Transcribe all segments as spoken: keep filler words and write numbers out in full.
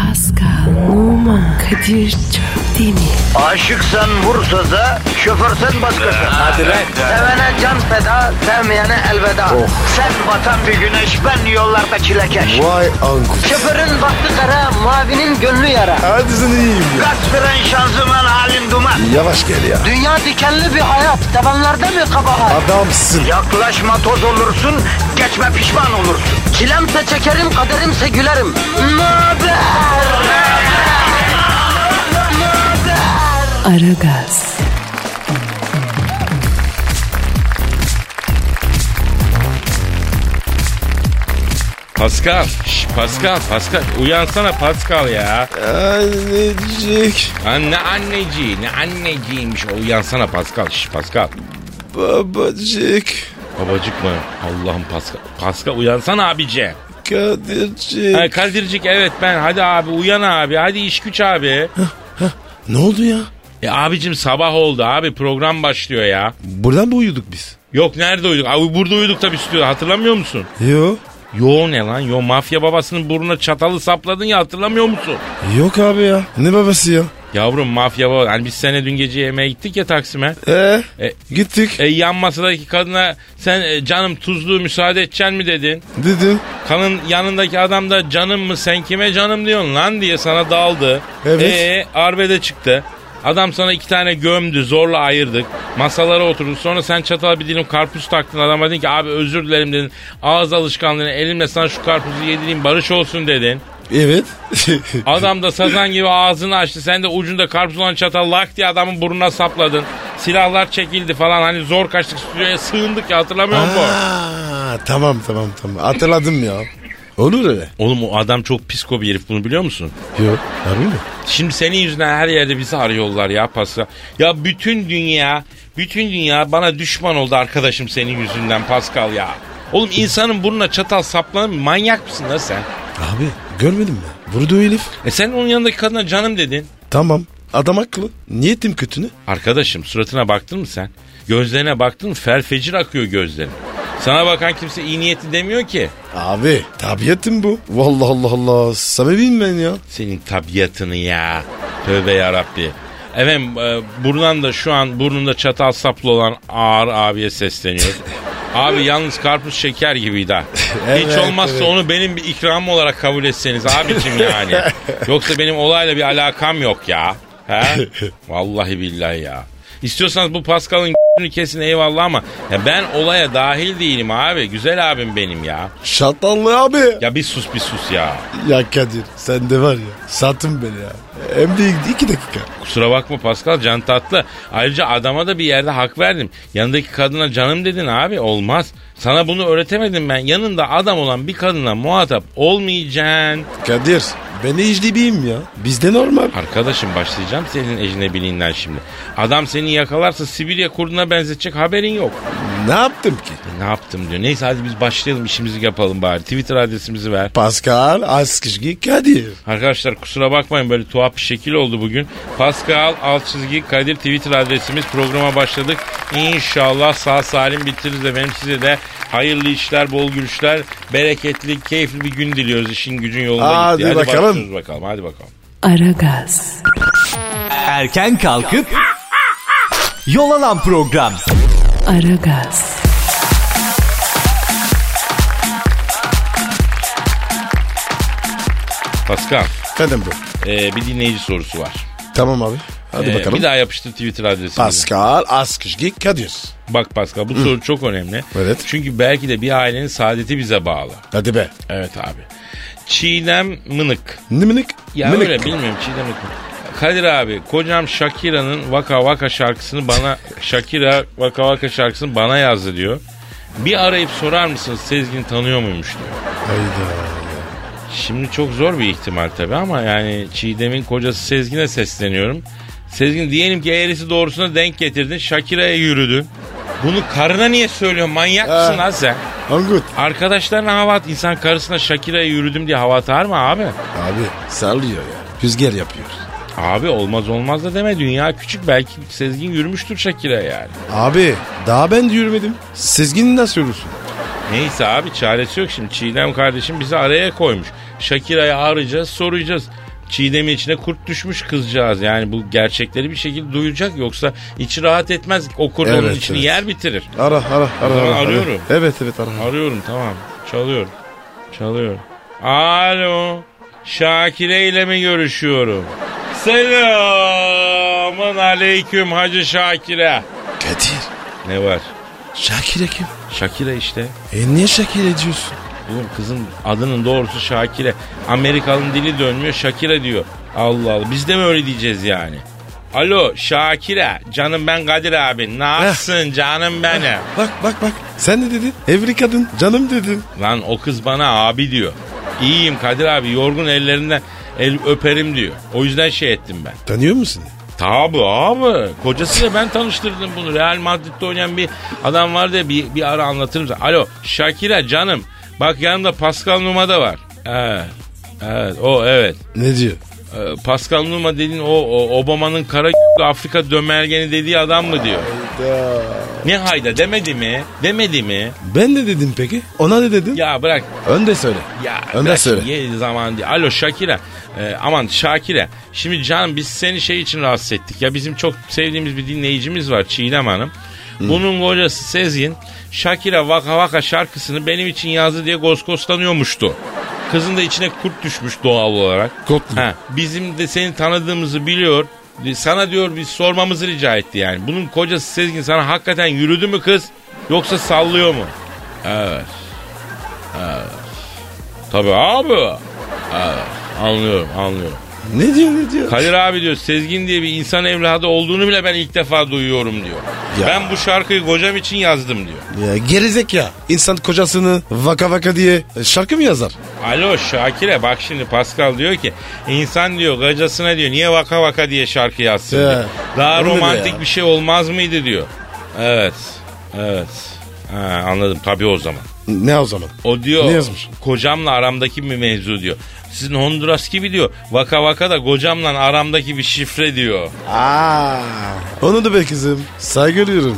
Pascal, Oman, Kadir çok değil mi? Aşıksan vursa da, şoförsen başkasın. Hadi lan. Sevene can feda, sevmeyene elveda. Sen batan bir güneş, ben yollarda çilekeş. Vay anku. Şoförün baktı kara, mavinin gönlü yara. Hadi sen iyiyim ya. Kasperen şanzıman halin duman. Yavaş gel ya. Dünya dikenli bir hayat, sevenlerde mi kabahar? Adamsın. Yaklaşma toz olursun, geçme pişman olursun. Çilemse çekerim, kaderimse gülerim. Möber! Aragaz. Pascal, şş, Pascal, Pascal uyansana Pascal ya. Annecik. Anne anneciği, ne anneciğiymiş o, uyansana Pascal, şş, Pascal. Babacık. Babacık mı? Allah'ım Pascal. Pascal uyansana abici. Kadircik. Ha, Kadircik evet ben, hadi abi uyan abi, hadi iş güç abi. Ne oldu ya? E abicim sabah oldu abi, program başlıyor ya. Buradan mı uyuduk biz? Yok nerede uyuduk? Abi burada uyuduk tabii stüdyoda, hatırlamıyor musun? Yok. Yo ne lan? Yo mafya babasının burnuna çatalı sapladın ya, hatırlamıyor musun? Yok abi ya. Ne babası ya? Yavrum mafya baba. Hani biz seninle dün gece yemeğe gittik ya Taksim'e. Ee, E, gittik. E, yan masadaki kadına sen e, canım tuzlu müsaade edeceksin mi dedin. Dedim. Kanın yanındaki adam da canım mı sen kime canım diyorsun lan diye sana daldı. Evet. E arbede çıktı. Adam sana iki tane gömdü, zorla ayırdık. Masalara oturduk, sonra sen çatala bir dilim karpuz taktın, adama dedin ki abi özür dilerim dedin. Ağız alışkanlığına elimle sana şu karpuzu yedireyim barış olsun dedin. Evet. Adam da sazan gibi ağzını açtı, sen de ucunda karpuz olan çatal lak diye adamın burnuna sapladın. Silahlar çekildi falan, hani zor kaçtık, stüdyoya sığındık ya, hatırlamıyor musun? Aa, tamam tamam tamam hatırladım ya. Olur öyle. Oğlum o adam çok psiko bir herif, bunu biliyor musun? Yok. Harbi mi? Şimdi senin yüzünden her yerde bizi arıyorlar ya Pascal. Ya bütün dünya, bütün dünya bana düşman oldu arkadaşım senin yüzünden Pascal ya. Oğlum insanın burnuna çatal saplanır mı? Manyak mısın lan sen? Abi görmedin mi? Vurdu o herif. E sen onun yanındaki kadına canım dedin. Tamam. Adam haklı. Niyetim kötü ne? Arkadaşım suratına baktın mı sen? Gözlerine baktın mı? Felfecir akıyor gözlerin. Sana bakan kimse iyi niyetli demiyor ki. Abi tabiatım bu. Vallahi Allah Allah. Samimiyim ben ya. Senin tabiatını ya. Tövbe yarabbi. Efendim e, buradan da şu an burnunda çatal saplı olan Ağır abiye sesleniyoruz. Abi yalnız karpuz şeker gibiydi ha. Evet, Hiç olmazsa evet. onu benim bir ikramım olarak kabul etseniz abicim yani. Yoksa benim olayla bir alakam yok ya. He? Vallahi billahi ya. İstiyorsanız bu Pascal'ın kesin eyvallah ama ya ben olaya dahil değilim abi. Güzel abim benim ya. Şatallı abi. Ya bir sus bir sus ya. Ya Kadir sen de var ya. Sattın beni ya. Hem de iki dakika. Kusura bakma Pascal, can tatlı. Ayrıca adama da bir yerde hak verdim. Yanındaki kadına canım dedin abi, olmaz. Sana bunu öğretemedim ben. Yanında adam olan bir kadına muhatap olmayacaksın. Kadir ben ecnebiyim ya. Bizde normal. Arkadaşım başlayacağım senin ecnebiliğinden şimdi. Adam seni yakalarsa Sibirya kurduna benzetecek, haberin yok. Ne yaptım ki? E, ne yaptım diyor. Neyse hadi biz başlayalım, işimizi yapalım bari. Twitter adresimizi ver. Pascal Askışgi Kadir. Arkadaşlar kusura bakmayın, böyle tuhaf bir şekil oldu bugün. Pascal alt çizgi Kadir Twitter adresimiz. Programa başladık. İnşallah sağ salim bitiririz efendim. Size de hayırlı işler, bol gülüşler, bereketli, keyifli bir gün diliyoruz. İşin gücün yolunda hadi gitti. Hadi bakalım. bakalım. Hadi bakalım. Aragaz. Erken kalkıp yol alan program. Aragaz. Pascal, Efendim bro. e, bir dinleyici sorusu var. Tamam abi. Hadi E, bakalım. Bir daha yapıştır Twitter adresimizi. Pascal Askışgi Kadir. Bak Pascal, bu soru çok önemli. Evet. Çünkü belki de bir ailenin saadeti bize bağlı. Hadi be. Evet abi. Çiğdem Mınık. Ne minik? Ya Minik. öyle bilmiyorum, Çiğdem Mınık mı? Kadir abi, kocam Shakira'nın Vaka Vaka şarkısını bana Shakira Vaka Vaka şarkısını bana yazdı diyor. Bir arayıp sorar mısınız Sezgin tanıyor muymuş diyor. Hayda. Şimdi çok zor bir ihtimal tabii ama yani Çiğdem'in kocası Sezgin'e sesleniyorum. Sezgin, diyelim ki eğrisi doğrusuna denk getirdin, Shakira'ya yürüdün. Bunu karına niye söylüyorsun? Manyak mısın lan sen? Angut. Arkadaşlarına hava at. İnsan karısına Shakira'ya yürüdüm diye hava atar mı abi? Abi sallıyor ya. Rüzgar yapıyor. Abi olmaz olmaz da deme. Dünya küçük. Belki Sezgin yürümüştür Shakira'ya yani. Abi daha ben de yürümedim. Sezgin'i nasıl yürürsün? Neyse abi, çaresi yok şimdi. Çiğdem kardeşim bizi araya koymuş. Shakira'yı arayacağız, soracağız. Çiğdem'in içine kurt düşmüş kızcağız. Yani bu gerçekleri bir şekilde duyacak. Yoksa içi rahat etmez. O kurt Evet, onun içini evet. yer bitirir. Ara ara ara. zaman ara, arıyorum. Ara. Evet evet ara. Arıyorum tamam. Çalıyorum. Çalıyorum. Alo. Şakire ile mi görüşüyorum? Selamun aleyküm Hacı Şakire. Kadir. Ne var? Şakire kim? Şakire işte. E niye Şakire diyorsun? Oğlum kızın adının doğrusu Şakire. Amerikalı'nın dili dönmüyor Şakire diyor. Allah Allah biz de mi öyle diyeceğiz yani? Alo Şakire canım ben Kadir abi. Nasılsın canım benim? Bak bak bak sen ne dedin? Evli kadın canım dedin. Lan o kız bana abi diyor. İyiyim Kadir abi yorgun ellerinden el öperim diyor. O yüzden şey ettim ben. Tanıyor musun? Tabi abi. Kocasıyla ben tanıştırdım bunu. Real Madrid'de oynayan bir adam vardı ya bir, bir ara anlatırım sana. Alo Şakire canım. Bak yanımda Pascal Numa da var. Evet. Evet o evet. Ne diyor? Ee, Pascal Numa dediğin o, o Obama'nın kara Afrika dömergeni dediği adam mı diyor. Hayda. Ne hayda demedi mi? Demedi mi? Ben ne dedim peki? Ona ne dedin? Ya bırak. Önde söyle. Ya Önde bırak söyle. şimdi, zaman değil. Alo Şakire. Ee, aman Şakire. Şimdi canım biz seni şey için rahatsız ettik. Ya bizim çok sevdiğimiz bir dinleyicimiz var Çiğdem Hanım. Hmm. Bunun kocası Sezgin Şakire Vaka Vaka şarkısını benim için yazdı diye goskoslanıyormuştu. Kızın da içine kurt düşmüş doğal olarak. Kurt mu? Ha, bizim de seni tanıdığımızı biliyor. Sana diyor biz sormamızı rica etti yani. Bunun kocası Sezgin sana hakikaten yürüdü mü kız? Yoksa sallıyor mu? Evet. Evet. Tabii abi. Evet. Anlıyorum anlıyorum. Ne diyor ne diyor? Kadir abi diyor Sezgin diye bir insan evladı olduğunu bile ben ilk defa duyuyorum diyor. Ya. Ben bu şarkıyı kocam için yazdım diyor. Ya gerizek ya. İnsan kocasını vaka vaka diye şarkı mı yazar? Alo Şakire bak şimdi Pascal diyor ki insan diyor kocasına diyor niye vaka vaka diye şarkı yazsın He, diyor. Daha öyle romantik ya. bir şey olmaz mıydı diyor. Evet. Evet. Ha, anladım tabii o zaman. Ne o zaman? O diyor Ne yazmış? kocamla aramdaki bir mevzu diyor. Sizin Honduras gibi diyor. Vaka vaka da kocamla aramdaki bir şifre diyor. Aa, onu da be kızım. Saygı duyuyorum.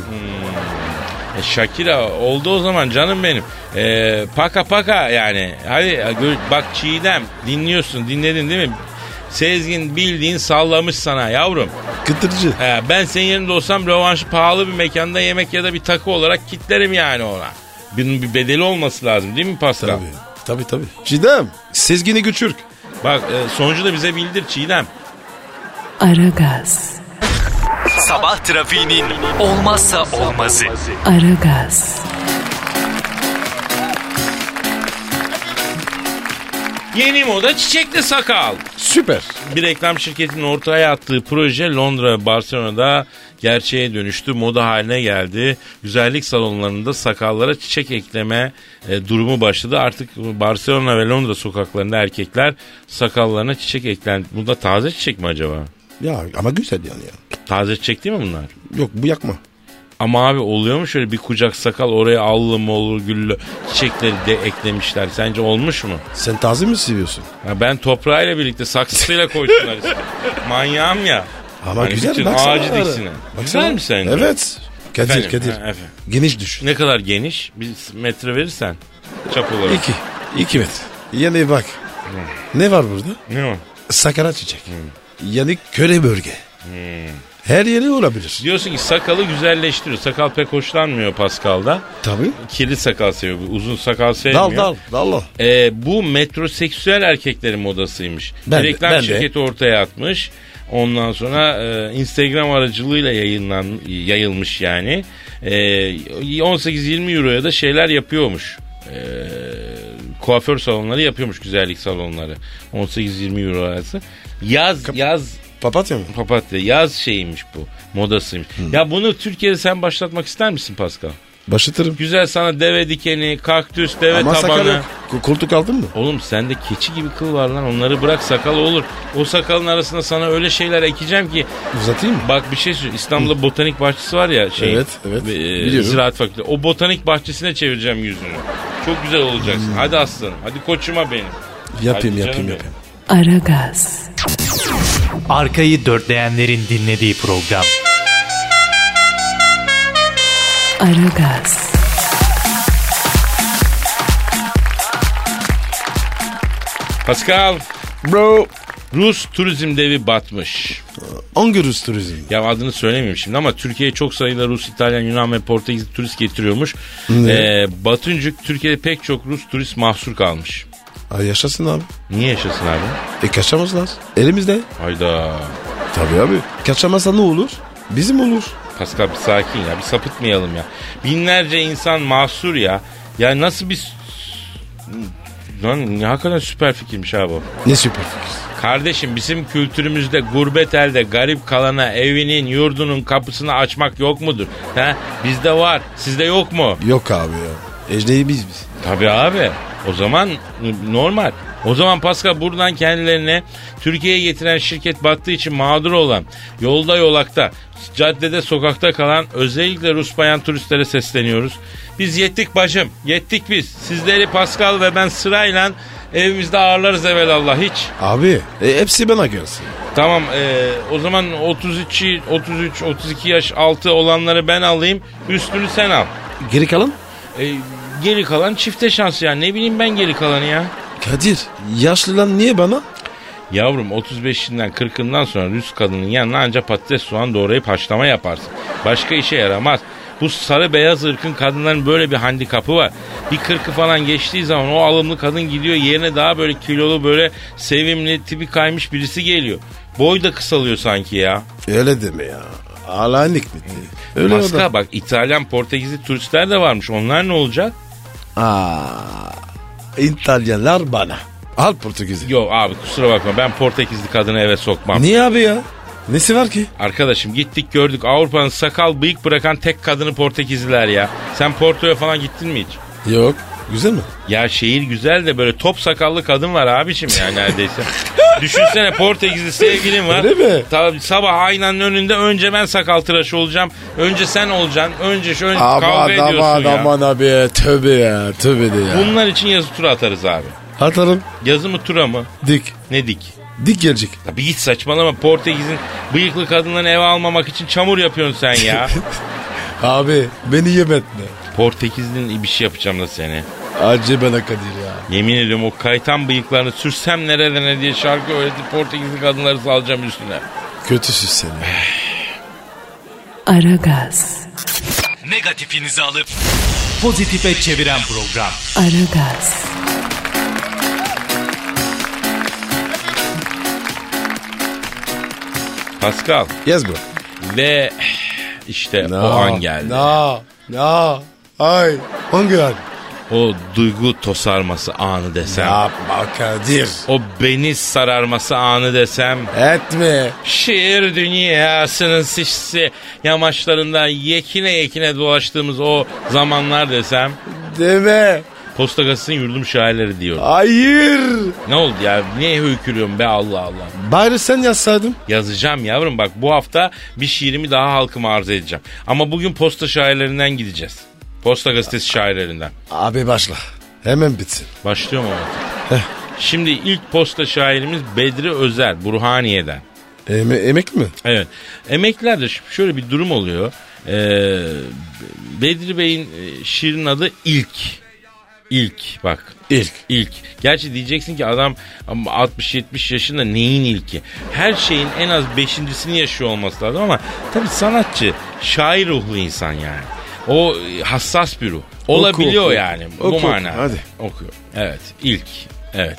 Hmm. E, Şakira oldu o zaman canım benim. E, paka paka yani. Hadi bak Çiğdem dinliyorsun dinledin değil mi? Sezgin bildiğin sallamış sana yavrum. Kıtırcı. He, ben senin yerinde olsam rövanşı pahalı bir mekanda yemek ya da bir takı olarak kitlerim yani ona. Bunun bir bedeli olması lazım değil mi Pascal? Tabii. Tabii tabii. Çiğdem, Sezgin'i götür. Bak e, sonucu da bize bildir Çiğdem. Aragaz. Sabah trafiğinin olmazsa olmazı. Aragaz. Yeni moda çiçekli sakal. Süper. Bir reklam şirketinin ortaya attığı proje Londra ve Barcelona'da gerçeğe dönüştü. Moda haline geldi. Güzellik salonlarında sakallara çiçek ekleme e, durumu başladı. Artık Barcelona ve Londra sokaklarında erkekler sakallarına çiçek eklendi. Bu da taze çiçek mi acaba? Ya ama güzel yani ya. Taze çiçek değil mi bunlar? Yok bu yakma. Ama abi oluyor mu şöyle bir kucak sakal oraya allı mı olur güllü çiçekleri de eklemişler. Sence olmuş mu? Sen taze mi seviyorsun? Ya ben toprağıyla birlikte saksısıyla koysunlar işte. Manyağım ya. Ama Hani güzel bütün baksana. ağacı diksine. Güzel mi sence? Evet. Kadir Efendim, Kadir. ha, efendim. Geniş düş. Ne kadar geniş? Bir metre verirsen. Çap olarak. İki. İki metre. Yani bak. Ne var burada? Ne o? Sakara çiçek. Yani köre bölge. Her yeri olabilir. Diyorsun ki sakalı güzelleştiriyor. Sakal pek hoşlanmıyor Pascal'da. Tabii. Kirli sakal seviyor. Uzun sakal sevmiyor. Dal dal dal. Ee, bu metroseksüel erkeklerin modasıymış. Ben de, Reklam ben de. şirketi ortaya atmış. Ondan sonra e, Instagram aracılığıyla yayınlan, yayılmış yani. E, on sekiz yirmi euroya da şeyler yapıyormuş. E, kuaför salonları yapıyormuş, güzellik salonları. on sekiz yirmi euro arası. Yaz Kap- yaz Papatya mı? papatya yaz şeyiymiş bu. Modasıymış. Hmm. Ya bunu Türkiye'de sen başlatmak ister misin Pascal? Başlatırım. Güzel sana deve dikeni, kaktüs, deve Ama sakal tabanı. yok. K- Koltuk aldın mı? Oğlum sende keçi gibi kıl var lan, onları bırak, sakal olur. O sakalın arasında sana öyle şeyler ekeceğim ki. Uzatayım mı? Bak bir şey söyleyeyim. İstanbul'da botanik bahçesi var ya. Şey, Evet, evet. E, Biliyorum. Ziraat Fakültesi. O botanik bahçesine çevireceğim yüzünü. Çok güzel olacaksın. Hmm. Hadi aslanım. Hadi koçuma benim. Yapayım Hadi yapayım canım yapayım. Aragaz. Arkayı dörtleyenlerin dinlediği program. Aragaz. Pascal. Bro. Rus turizm devi batmış. Hangi Rus turizm? Ya adını söylemeyeyim şimdi ama Türkiye'ye çok sayıda Rus, İtalyan, Yunan ve Portekiz turist getiriyormuş. Ne? Ee, Batınca Türkiye'de pek çok Rus turist mahsur kalmış. Ay yaşasın abi. Niye yaşasın abi? E kaçamazlar. Elimizde. Hayda. Tabii abi. Kaçamazsa ne olur? Bizim olur. Pascal bir sakin ya, bir sapıtmayalım ya. Binlerce insan mahsur ya. Ya nasıl bir... Lan ne hakikaten süper fikirmiş abi o. Ne süper fikir. Kardeşim bizim kültürümüzde gurbet elde garip kalana evinin yurdunun kapısını açmak yok mudur? He? Bizde var, sizde yok mu? Yok abi ya. Ecneyi biz biz. Tabii abi. O zaman normal. O zaman Pascal buradan kendilerine Türkiye'ye getiren şirket battığı için mağdur olan, yolda yolakta, caddede sokakta kalan özellikle Rus bayan turistlere sesleniyoruz. Biz yettik bacım, yettik biz. Sizleri Pascal ve ben sırayla evimizde ağırlarız evelallah hiç. Abi e, hepsi bana gelsin. Tamam e, o zaman otuz iki, otuz üç, otuz iki yaş altı olanları ben alayım, üstünü sen al. Geri kalan? E, geri kalan çifte şans ya, ne bileyim ben geri kalanı ya. Kadir yaşlılar niye bana? Yavrum otuz beşinden kırkından sonra Rus kadının yanına ancak patates soğan doğrayıp haşlama yaparsın. Başka işe yaramaz. Bu sarı beyaz ırkın kadınların böyle bir handikapı var. Bir kırkı falan geçtiği zaman o alımlı kadın gidiyor, yerine daha böyle kilolu, böyle sevimli, tipi kaymış birisi geliyor. Boy da kısalıyor sanki ya. Öyle deme ya. Allah'ın hikmeti. Öyle Pascal bak İtalyan, Portekizli turistler de varmış. Onlar ne olacak? Aa, İtalyanlar bana. Al Portekiz'i. Yok abi kusura bakma, ben Portekizli kadını eve sokmam. Niye abi ya? Nesi var ki? Arkadaşım gittik gördük, Avrupa'nın sakal bıyık bırakan tek kadını Portekizliler ya. Sen Porto'ya falan gittin mi hiç? Yok. Güzel mi? Ya şehir güzel de böyle top sakallı kadın var abiciğim ya neredeyse. Düşünsene Portekizli sevgilin var. Öyle mi? Tabii sabah aynanın önünde önce ben sakal tıraşı olacağım. Önce sen olacaksın. Önce şu önce Aman kavga ediyorsun aman ya. aman abi tövbe ya tövbe de ya. Bunlar için yazı tura atarız abi. Atarım. Yazı mı tura mı? Dik. Ne dik? Dik gelecek. Tabii git saçmalama, Portekiz'in bıyıklı kadınlarını eve almamak için çamur yapıyorsun sen ya. Abi beni yem etme. Portekiz'in bir şey yapacağım da seni. Acı bana Kadir ya. Yemin ediyorum o kaytan bıyıklarını sürsem nereden ne diye şarkı öğretip Portekizli kadınları salacağım üstüne. Kötüsün seni. Aragaz, Negatifinizi alıp pozitife çeviren program. Aragaz, Pascal. Yes bro. Ve işte No, o an geldi. No. No. Ay. Hangi an? O duygu tosarması anı desem. Yapma Kadir. O beni sararması anı desem. Etme. Şiir dünyasının sisli yamaçlarında yekine yekine dolaştığımız o zamanlar desem. Deme. Posta Gazetesi'nin yurdum şairleri diyorum. Hayır. Ne oldu ya? Niye höykürüyorum be Allah Allah. Bari sen yazsaydın. Yazacağım yavrum, bak bu hafta bir şiirimi daha halkıma arz edeceğim. Ama bugün posta şairlerinden gideceğiz. Posta Gazetesi şairlerinden. Abi başla. Hemen bitsin. Başlıyorum ama. Şimdi ilk posta şairimiz Bedri Özer, Burhaniye'den. Eme emek mi? Evet. Emeklilerde şöyle bir durum oluyor. Ee, Bedri Bey'in şiirin adı İlk. İlk bak. İlk. İlk. Gerçi diyeceksin ki adam altmış yetmiş yaşında neyin ilki? Her şeyin en az beşincisini yaşıyor olması lazım ama tabii sanatçı, şair ruhlu insan yani. O hassas bir ruh. Olabiliyor oku, yani. oku. Bu manada. Hadi. Okuyor. Evet. İlk. Evet.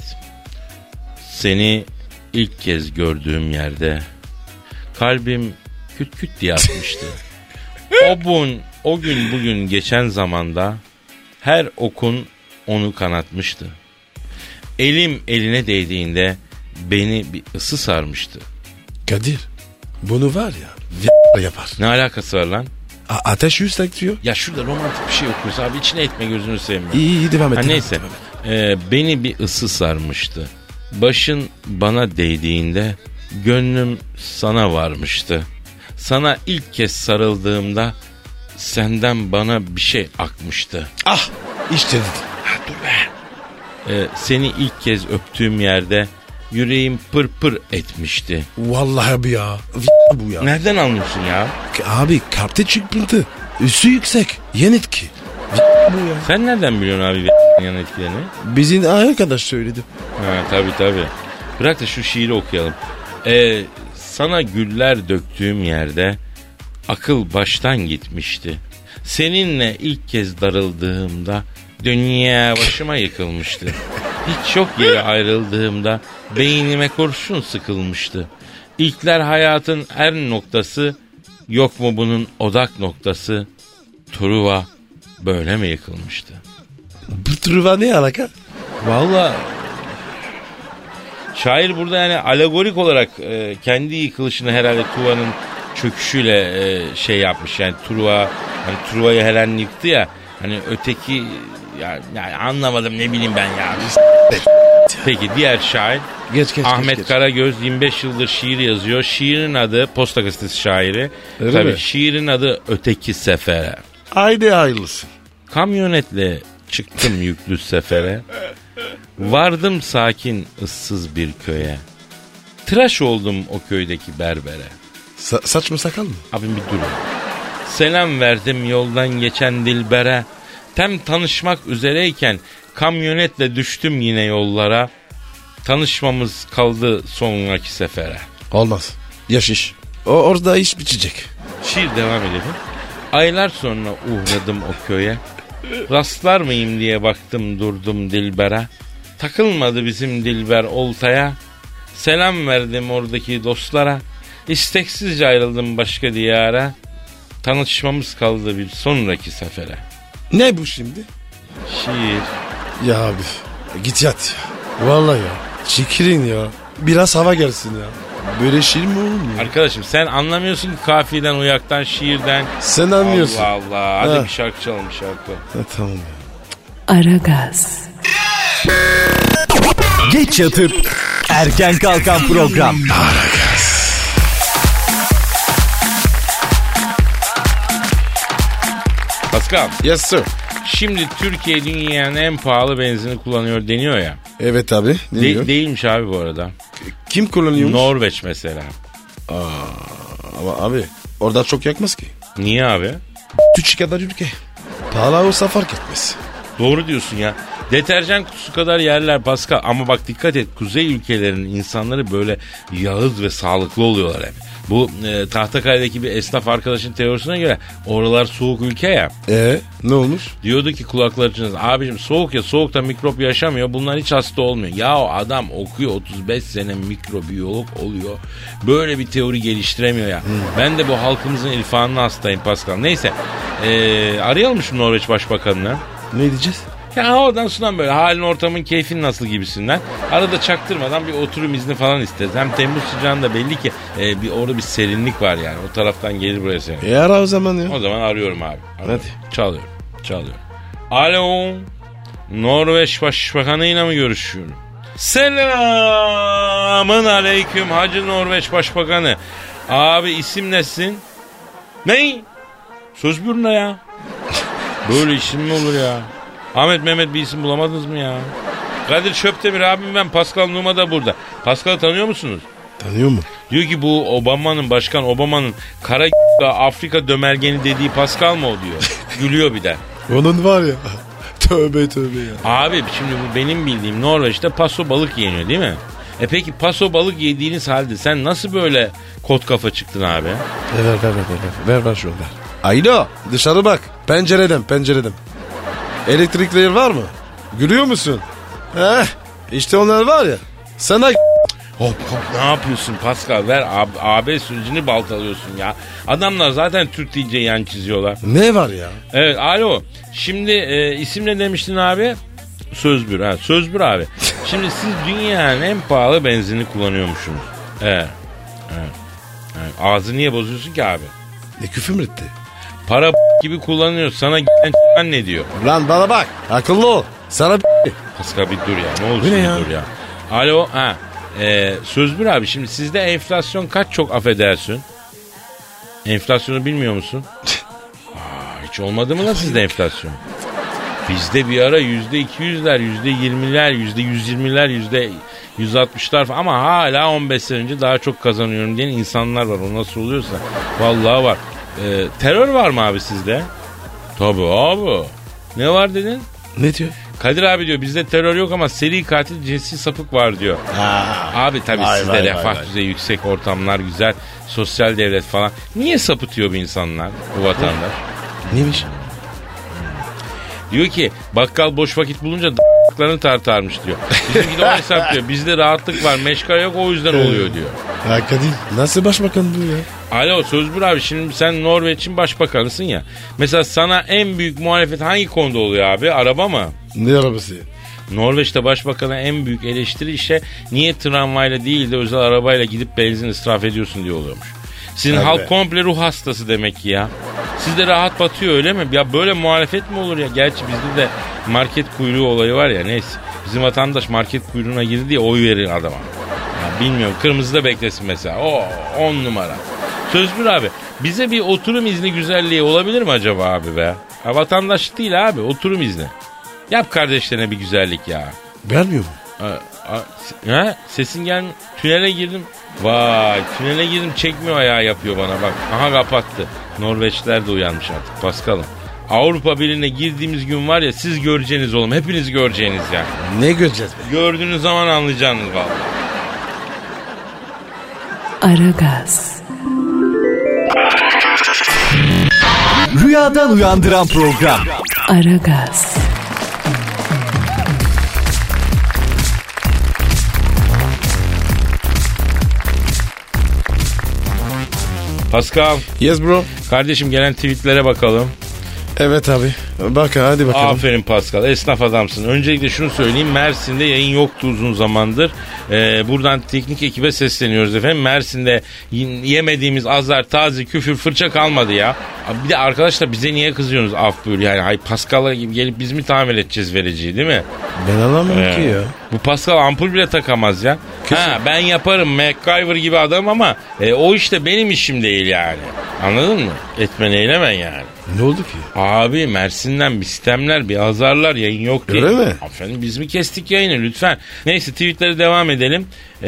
Seni ilk kez gördüğüm yerde kalbim küt küt diye atmıştı. O gün, o gün bugün geçen zamanda her okun onu kanatmıştı. Elim eline değdiğinde beni bir ısı sarmıştı. Kadir. Bunu var ya yapar. Ne alakası var lan? A- ateş yüksek diyor. Ya şurada romantik bir şey okuyorsa abi içine etme, gözünü sevmiyorum. İyi iyi devam et. Ha, devam neyse. et, devam et. Ee, beni bir ısı sarmıştı. Başın bana değdiğinde gönlüm sana varmıştı. Sana ilk kez sarıldığımda senden bana bir şey akmıştı. Ah işte dedim. Ha, dur be. Ee, seni ilk kez öptüğüm yerde yüreğim pır pır etmişti. Vallahi abi ya. Bu ya. Nereden anlıyorsun ya? Abi kalpte çıkıntı. Üstü yüksek. Yeni etki. Bu ya. Sen nereden biliyorsun abi yan etkilerini? Bizim arkadaş söyledi. Ha, tabii tabii. Bırak da şu şiiri okuyalım. Ee, sana güller döktüğüm yerde akıl baştan gitmişti. Seninle ilk kez darıldığımda dünya başıma yıkılmıştı. Hiç yok yere ayrıldığımda beynime kurşun sıkılmıştı. İlkler hayatın er noktası, yok mu bunun odak noktası? Truva böyle mi yıkılmıştı? Bu Truva ne alaka? Vallahi şair burada yani alegorik olarak e, kendi yıkılışını herhalde Truva'nın çöküşüyle e, şey yapmış. Yani Truva, hani Truva'yı Helen yıktı ya, hani öteki ya, yani anlamadım, ne bileyim ben ya. Peki diğer şair Geç, geç, Ahmet geç, geç. Karagöz yirmi beş yıldır şiir yazıyor. Şiirin adı, Posta Gazetesi şairi. Öyle Tabii mi? şiirin adı Öteki Sefere. Haydi hayırlısı. Kamyonetle çıktım yüklü sefere. Vardım sakin ıssız bir köye. Tıraş oldum o köydeki berbere. Sa- saç mı sakal mı? Abim bir dur. Selam verdim yoldan geçen dilbere. Tem tanışmak üzereyken kamyonetle düştüm yine yollara. Tanışmamız kaldı sonraki sefere. Olmaz. Yaş iş. O orada iş bitecek. Şiir devam edelim. Aylar sonra uğradım o köye. Rastlar mıyım diye baktım durdum dilbere. Takılmadı bizim dilber oltaya. Selam verdim oradaki dostlara. İsteksizce ayrıldım başka diyara. Tanışmamız kaldı bir sonraki sefere. Ne bu şimdi? Şiir. Ya abi git yat ya. Vallahi ya. Çekilin ya. Biraz hava gelsin ya. Böyle şiir mi olur ya? Arkadaşım sen anlamıyorsun ki kafiyeden, uyaktan, şiirden. Sen anlıyorsun. Allah Allah. Hadi Ha. bir şarkı çalalım, şarkı. Ha, tamam ya. Aragaz, Geç yatıp erken kalkan program. Pascal, Yes sir. şimdi Türkiye dünyanın en pahalı benzini kullanıyor deniyor ya. Evet abi. Ne De- diyor? değilmiş abi bu arada. Kim kullanıyormuş? Norveç mesela. Ama abi orada çok yakmaz ki. Niye abi? Küçük kadar ülke. Pahalı olsa fark etmez. Doğru diyorsun ya. Deterjan kutusu kadar yerler Pascal. Ama bak dikkat et, kuzey ülkelerinin insanları böyle yağız ve sağlıklı oluyorlar hep. Bu e, Tahtakale'deki bir esnaf arkadaşın teorisine göre oralar soğuk ülke ya. Ee ne olmuş? Diyordu ki kulaklar için, abicim soğuk ya, soğukta mikrop yaşamıyor, bunlar hiç hasta olmuyor. Ya o adam okuyor otuz beş sene mikrobiyolog oluyor. Böyle bir teori geliştiremiyor ya. Hmm. Ben de bu halkımızın irfanına hastayım Pascal. Neyse ee, arayalım şu Norveç Başbakanı'nı. Ne diyeceğiz? Ya havadan sudan böyle halin ortamın keyfin nasıl gibisinden. Arada çaktırmadan bir oturum izni falan isteriz. Hem Temmuz sıcağında belli ki e, bir orada bir serinlik var yani. O taraftan gelir buraya senin. E ara o zaman ya. O zaman arıyorum abi. Arıyorum. Hadi. Çalıyorum. Çalıyorum. Alo. Norveç Başbakanı'yla mı görüşüyorum? Selamın aleyküm Hacı Norveç Başbakanı. Abi isim nesin? Ney? Söz bürüne ya. Böyle isim mi olur ya? Ahmet Mehmet bir isim bulamadınız mı ya? Kadir Çöptemir abim ben. Pascal Numa da burada. Pascal'ı tanıyor musunuz? Tanıyor mu? Diyor ki bu Obama'nın, Başkan Obama'nın kara Afrika dömergeni dediği Pascal mı o diyor. Gülüyor bir de. Onun var ya. Tövbe tövbe ya. Abi şimdi bu benim bildiğim Norveç'te paso balık yeniyor değil mi? E peki paso balık yediğiniz halde sen nasıl böyle kot kafa çıktın abi? E ver ver ver ver. Ver ver şunu ver. Aylo dışarı bak. Pencereden pencereden. Elektrikler var mı? Görüyor musun? Heh, işte onlar var ya. Sana Hop hop ne yapıyorsun Pascal, ver ab, A B sürecini baltalıyorsun ya. Adamlar zaten Türk deyince yan çiziyorlar. ne var ya? Evet alo, şimdi e, isim ne demiştin abi? Sözbür ha, Sözbür abi. Şimdi siz dünyanın en pahalı benzini kullanıyormuşsunuz. Evet. Evet. Evet. Ağzı niye bozuyorsun ki abi? Ne küfür mü etti? Para gibi kullanıyor, sana ne diyor? Lan bana bak. Akıllı ol. Sana Pascal bir dur ya, ne olursun Bu ne bir ya? dur ya. Alo ha. Ee, Sözbür abi, şimdi sizde enflasyon kaç, çok affedersin? Enflasyonu bilmiyor musun? Aa, hiç olmadı mı lan sizde enflasyon? Bizde bir ara yüzde iki yüzler, yüzde yirmiler, yüzde yüz yirmiler, yüzde yüz altmışlar falan, ama hala on beş sene önce daha çok kazanıyorum diyen insanlar var. O nasıl oluyorsa. Vallahi var. Ee, terör var mı abi sizde? Tabii abi. Ne var dedin? Ne diyor? Kadir abi diyor bizde terör yok ama seri katil cinsi sapık var diyor. Ha. Abi tabii Vay, sizde vay, refah vay, vay. düzeyi yüksek, ortamlar güzel, sosyal devlet falan. Niye sapıtıyor bu insanlar, bu vatandaş? Neymiş? Diyor ki bakkal boş vakit bulunca d**larını tartarmış diyor. Bizimki de o hesap diyor. Bizde rahatlık var, meşgale yok, o yüzden oluyor diyor. Ha Kadir nasıl başbakan bu ya? Alo Sözbür abi, şimdi sen Norveç'in başbakanısın ya. Mesela sana en büyük muhalefet hangi konuda oluyor abi? Araba mı? Ne arabası? Norveç'te başbakana en büyük eleştiri işte niye tramvayla değil de özel arabayla gidip benzin israf ediyorsun diye oluyormuş. Sizin Tabii. halk komple ruh hastası demek ki ya. Sizde rahat batıyor öyle mi? Ya böyle muhalefet mi olur ya? Gerçi bizde de market kuyruğu olayı var ya, neyse. Bizim vatandaş market kuyruğuna girdi diye oy verir adama. Ya bilmiyorum, kırmızıda beklesin mesela. O on numara. Sözbür abi, bize bir oturum izni güzelliği olabilir mi acaba abi be? Ha, vatandaş değil abi, oturum izni. Yap kardeşlerine bir güzellik ya. Vermiyor mu? Ha, ha, ha, sesin gelmiyor. Tünele girdim. Vay, tünele girdim, çekmiyor ayağı yapıyor bana bak. Aha kapattı. Norveçliler de uyanmış artık Paskal'ım. Avrupa Birliği'ne girdiğimiz gün var ya, siz göreceğiniz oğlum. Hepiniz göreceğiniz yani. Ne göreceğiz be? Gördüğünüz zaman anlayacaksınız vallahi. Aragaz, Rüyadan uyandıran program. Aragaz, Pascal, Yes bro. kardeşim gelen tweetlere bakalım. Evet abi. Bak hadi bakalım. Aferin Pascal, esnaf adamsın. Öncelikle şunu söyleyeyim, Mersin'de yayın yoktu uzun zamandır. Ee, buradan teknik ekibe sesleniyoruz efendim. Mersin'de yemediğimiz azar, taze, küfür, fırça kalmadı ya. Bir de arkadaşlar bize niye kızıyorsunuz af buyur yani. Hay Pascal'a gibi gelip biz mi tamir edeceğiz vericiyi, değil mi? Ben anlamıyorum Ee, ki ya. Bu Pascal ampul bile takamaz ya. Kesin. Ha, ben yaparım MacGyver gibi adam ama e, o işte benim işim değil yani. Anladın mı? Etmen eylemen yani. Ne oldu ki? Abi Mersin'den bir sistemler, bir azarlar, yayın yok diye. Öyle mi? Efendim biz mi kestik yayını lütfen. Neyse tweetlere devam edelim. Ee,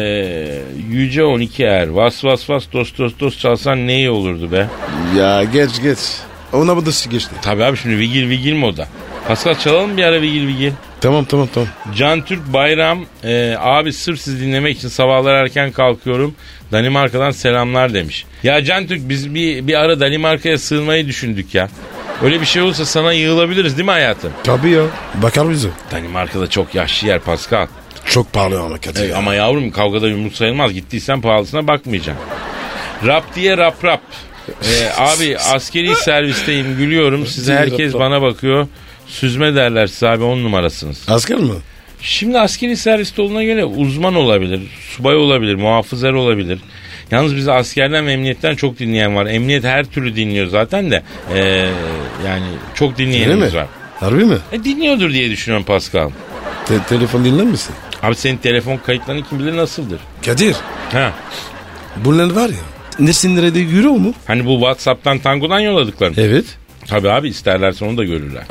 Yüce on iki er. Vas vas vas dost dost dost çalsan ne iyi olurdu be. Ya geç geç. Ona bu da geçti. Tabii abi şimdi vigil vigil moda. Pascal çalalım bir ara vigil vigil. Tamam tamam tamam. Can Türk Bayram e, abi sırf sizi dinlemek için sabahlar erken kalkıyorum. Danimarka'dan selamlar demiş. Ya Can Türk biz bir, bir ara Danimarka'ya sığınmayı düşündük ya. Öyle bir şey olursa sana yığılabiliriz değil mi hayatım? Tabii ya. Bakar bize. Danimarka'da çok yaşlı yer Pascal. Çok pahalı ama Kadir. E, ama yavrum kavgada yumruk sayılmaz. Gittiysen pahalısına bakmayacaksın. Rap diye rap rap. E, abi askeri servisteyim gülüyorum. Size herkes bana bakıyor. Süzme derler size abi, on numarasınız. Asker mi? Şimdi askeri serviste olduğuna göre uzman olabilir, subay olabilir, muhafızlar olabilir. Yalnız bizi askerden ve emniyetten çok dinleyen var. Emniyet her türlü dinliyor zaten de. Ee, yani çok dinleyenimiz var. Harbi mi? E, dinliyordur diye düşünüyorum Pascal. Te- telefon dinler misin? Abi senin telefon kayıtların kim bilir nasıldır? Kadir. Ha. Bunlar var ya. Ne sinirlediği görüyor mu? Hani bu WhatsApp'tan tangodan yolladıklarım. Evet. Tabii abi isterlerse onu da görürler.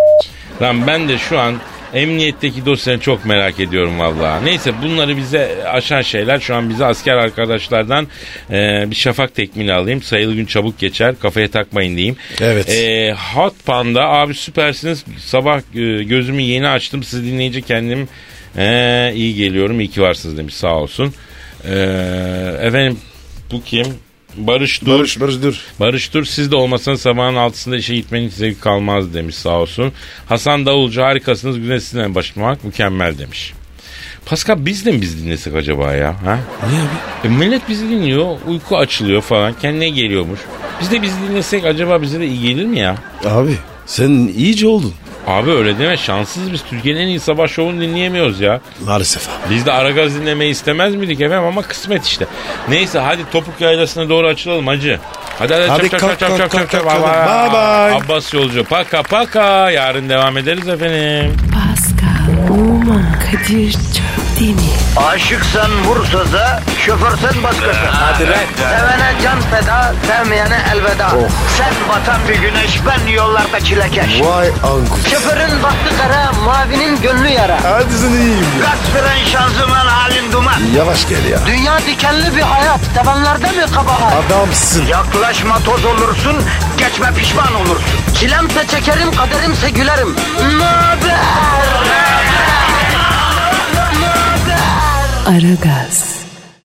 Lan ben de şu an emniyetteki dosyanı çok merak ediyorum vallahi. Neyse bunları bize aşan şeyler. Şu an bize asker arkadaşlardan e, bir şafak tekmini alayım. Sayılı gün çabuk geçer. Kafaya takmayın diyeyim. Evet. E, Hot Panda abi süpersiniz. Sabah e, gözümü yeni açtım. Sizi dinleyince kendim e, iyi geliyorum. İyi ki varsınız demiş, sağ olsun. E, efendim bu kim? Barış Dur. Barış, Barış dur. Barış Dur, siz de olmasanız sabahın altısında işe gitmenin hiç zevki kalmaz demiş, sağ olsun. Hasan Davulcu harikasınız, güne sizinle başlamak mükemmel demiş. Pascal biz de mi biz dinlesek acaba ya? Ha? Niye abi? E, millet bizi dinliyor, uyku açılıyor falan, kendine geliyormuş. Biz de bizi dinlesek acaba bize de iyi gelir mi ya? Abi sen iyice oldun. Abi öyle deme, şanssız biz Türkiye'nin en iyi sabah şovunu dinleyemiyoruz ya. Maalesef abi. Biz de Aragaz dinlemeyi istemez miydik efendim, ama kısmet işte. Neyse hadi topuk yaylasına doğru açılalım hacı. Hadi hadi, Hadi çap kalk, çap kalk, çap kalk, çap çap. kalk, kalk. Bye Bye bye. Abbas yolcu paka paka, yarın devam ederiz efendim. Pascal, Oman, Kadir çok değil mi? Aşıksan vursa da, şoförsen başkasın. Hadi lan. Sevene can feda, sevmeyene elveda. Sen batan bir güneş, ben yollarda çilekeş. Vay anku. Şoförün baktı kara, mavinin gönlü yara. Hadi sen iyiyim ya. Kasperen şanzıman halin duman. Yavaş gel ya. Dünya dikenli bir hayat, sevenlerde mi kabahar? Adamsın. Yaklaşma toz olursun, geçme pişman olursun. Çilemse çekerim, kaderimse gülerim. Möber! Aragaz.